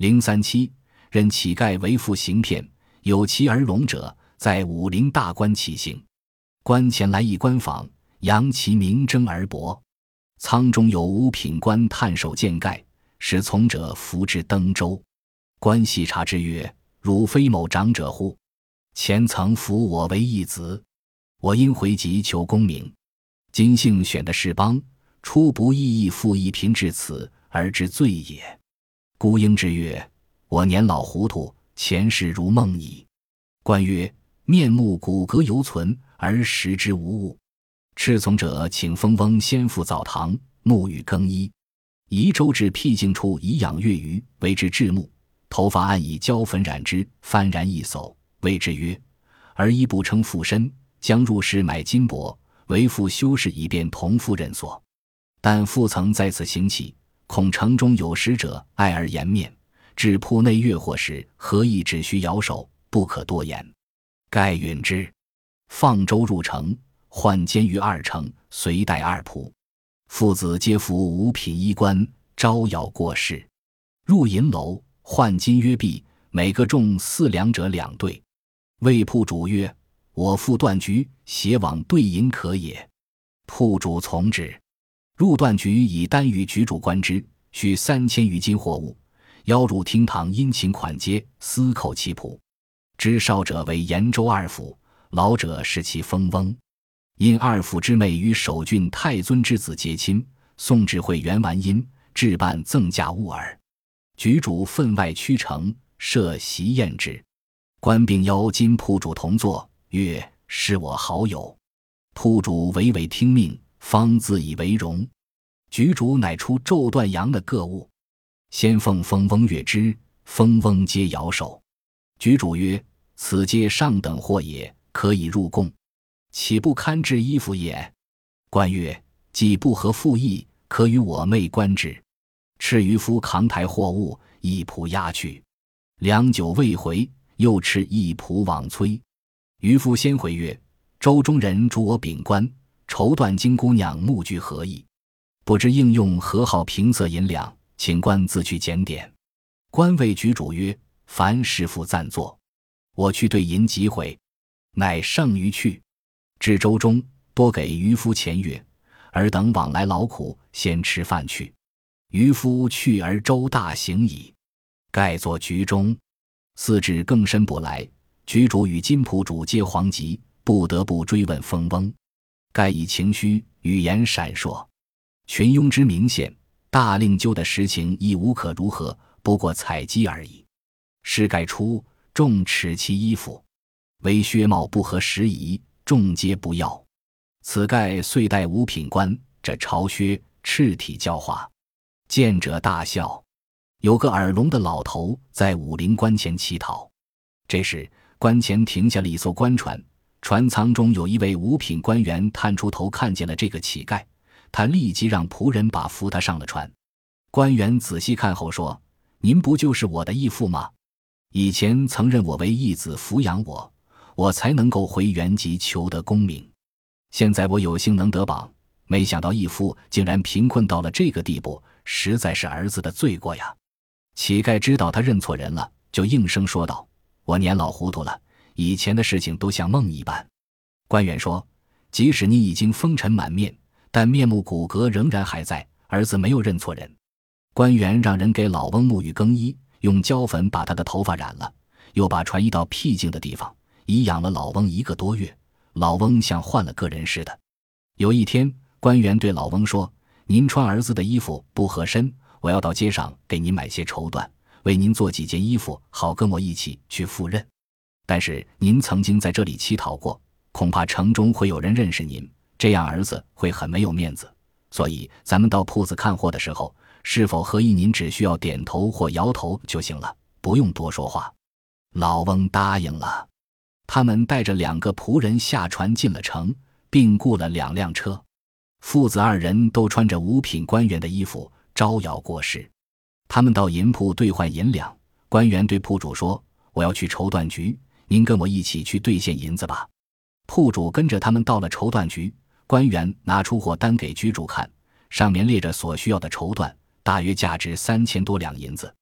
037任乞丐为父行骗，有其儿聋者，在武陵大官起行。官前来一官访，扬其名征而博。舱中有五品官探手见盖，使从者扶之登舟。官细察之曰：汝非某长者乎？前曾扶我为义子，我因回籍求功名，今幸选的士邦，初不义复一贫至此，而知罪也。孤应之曰：我年老糊涂，前世如梦矣。官曰：面目骨骼犹存，而食之无物。赤从者请封翁先赴澡堂，沐浴更衣，移舟至僻静处以养月鱼，为之至目，头发按以胶粉染之，幡然一叟，谓之曰：而衣不称附身，将入室买金帛，为父修饰以便同夫人所。但父曾在此行乞，恐城中有使者爱而颜面，至铺内越货时，何意只需摇手，不可多言。盖允之。放舟入城，换监于2城，随带2仆。父子皆服5品衣冠，招摇过市。入银楼，换金约币，每个重4两者2对。谓铺主曰：我父断局，携往兑银可也。铺主从之。入断局，以单于局主观之，须3000余斤货物，邀入厅堂，殷勤款接，司寇其仆。知少者为延州2府，老者是其封翁。因2府之妹与守郡太尊之子结亲，宋智慧元完姻，置办赠嫁物耳。局主分外屈诚，设席宴之。官并邀金铺主同坐，曰：是我好友。铺主娓娓听命，方自以为荣。局主乃出骤断阳的各物，先奉封翁阅之，封翁皆摇手。局主曰：此皆上等货也，可以入贡，岂不堪置衣服也？官曰：既不合父意，可与我妹观之。赤渔夫扛抬货物，一仆押去。良久未回，又斥一仆往催。渔夫先回曰：州中人主我禀官，绸缎金姑娘目具何意？不知应用何号平色银两，请官自去检点。官谓局主曰：凡师傅暂坐，我去兑银即回。乃胜于去。至州中，多给渔夫钱月，尔等往来劳苦，先吃饭去。渔夫去而州大行矣。盖作局中。4至更深不来，局主与金仆主皆惶急，不得不追问封翁。盖以情虚，语言闪烁。群庸之明显，大令究的实情亦无可如何，不过采集而已。事盖出，众耻其衣服，唯靴帽不合时宜，众皆不要。此盖遂带5品官，这朝靴赤体教化，见者大笑。有个耳聋的老头在武陵关前乞讨。这时关前停下了一艘官船，船舱中有一位5品官员探出头看见了这个乞丐，他立即让仆人把扶他上了船。官员仔细看后说：您不就是我的义父吗？以前曾认我为义子抚养我，我才能够回原籍求得功名。现在我有幸能得榜，没想到义父竟然贫困到了这个地步，实在是儿子的罪过呀。乞丐知道他认错人了，就应声说道：我年老糊涂了，以前的事情都像梦一般。官员说：即使你已经风尘满面，但面目骨骼仍然还在，儿子没有认错人。官员让人给老翁沐浴更衣，用胶粉把他的头发染了，又把船移到僻静的地方，已养了老翁1个多月，老翁像换了个人似的。有一天，官员对老翁说：您穿儿子的衣服不合身，我要到街上给您买些绸缎，为您做几件衣服，好跟我一起去赴任。但是您曾经在这里乞讨过，恐怕城中会有人认识您，这样儿子会很没有面子，所以咱们到铺子看货的时候，是否合意您只需要点头或摇头就行了，不用多说话。老翁答应了。他们带着2个仆人下船进了城，并雇了2辆车。父子2人都穿着5品官员的衣服，招摇过市。他们到银铺兑换银两，官员对铺主说：我要去绸缎局，您跟我一起去兑现银子吧。铺主跟着他们到了绸缎局，官员拿出货单给局主看，上面列着所需要的绸缎，大约价值3000多两银子。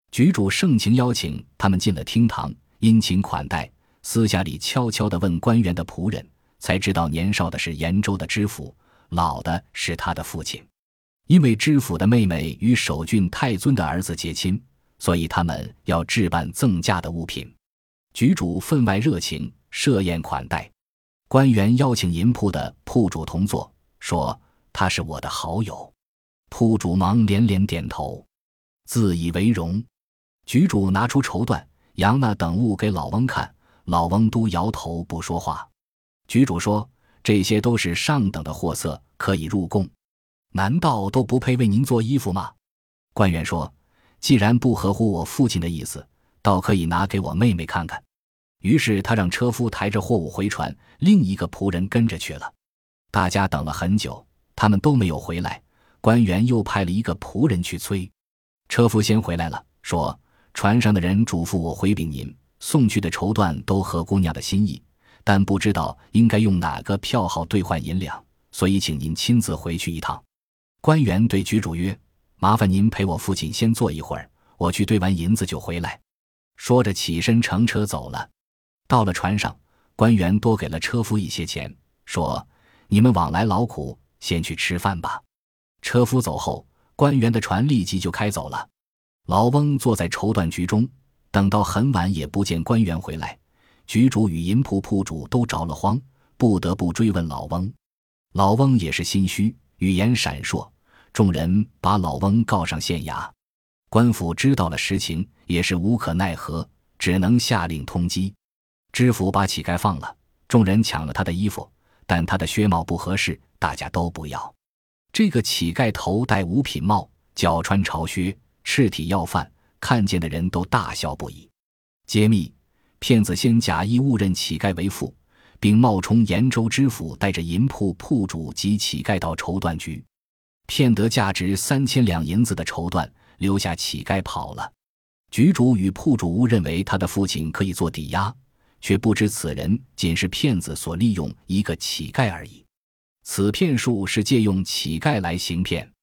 局主盛情邀请他们进了厅堂，殷勤款待，私下里悄悄地问官员的仆人，才知道年少的是延州的知府，老的是他的父亲。因为知府的妹妹与守郡太尊的儿子结亲，所以他们要置办赠嫁的物品。局主分外热情，设宴款待。官员邀请银铺的铺主同坐，说他是我的好友。铺主忙连连点头，自以为荣。局主拿出绸缎、羊那等物给老翁看，老翁都摇头不说话。局主说，这些都是上等的货色，可以入贡。难道都不配为您做衣服吗？官员说，既然不合乎我父亲的意思，倒可以拿给我妹妹看看。于是他让车夫抬着货物回船，另一个仆人跟着去了。大家等了很久，他们都没有回来，官员又派了一个仆人去催。车夫先回来了，说船上的人嘱咐我回禀您，送去的绸缎都合姑娘的心意，但不知道应该用哪个票号兑换银两，所以请您亲自回去一趟。官员对局主曰，麻烦您陪我父亲先坐一会儿，我去兑完银子就回来。说着起身乘车走了。到了船上，官员多给了车夫一些钱，说，你们往来劳苦，先去吃饭吧。车夫走后，官员的船立即就开走了。老翁坐在绸缎局中，等到很晚也不见官员回来，局主与银铺铺主都着了慌，不得不追问老翁。老翁也是心虚，语言闪烁，众人把老翁告上县衙。官府知道了实情，也是无可奈何，只能下令通缉。知府把乞丐放了，众人抢了他的衣服，但他的靴帽不合适，大家都不要。这个乞丐头戴五品帽，脚穿朝靴，赤体要饭，看见的人都大笑不已。揭秘：骗子先假意误认乞丐为父，并冒充延州知府，带着银铺铺主及乞丐到绸缎局，骗得价值3000两银子的绸缎，留下乞丐跑了。局主与铺主误认为他的父亲可以做抵押，却不知此人仅是骗子所利用一个乞丐而已。此骗术是借用乞丐来行骗。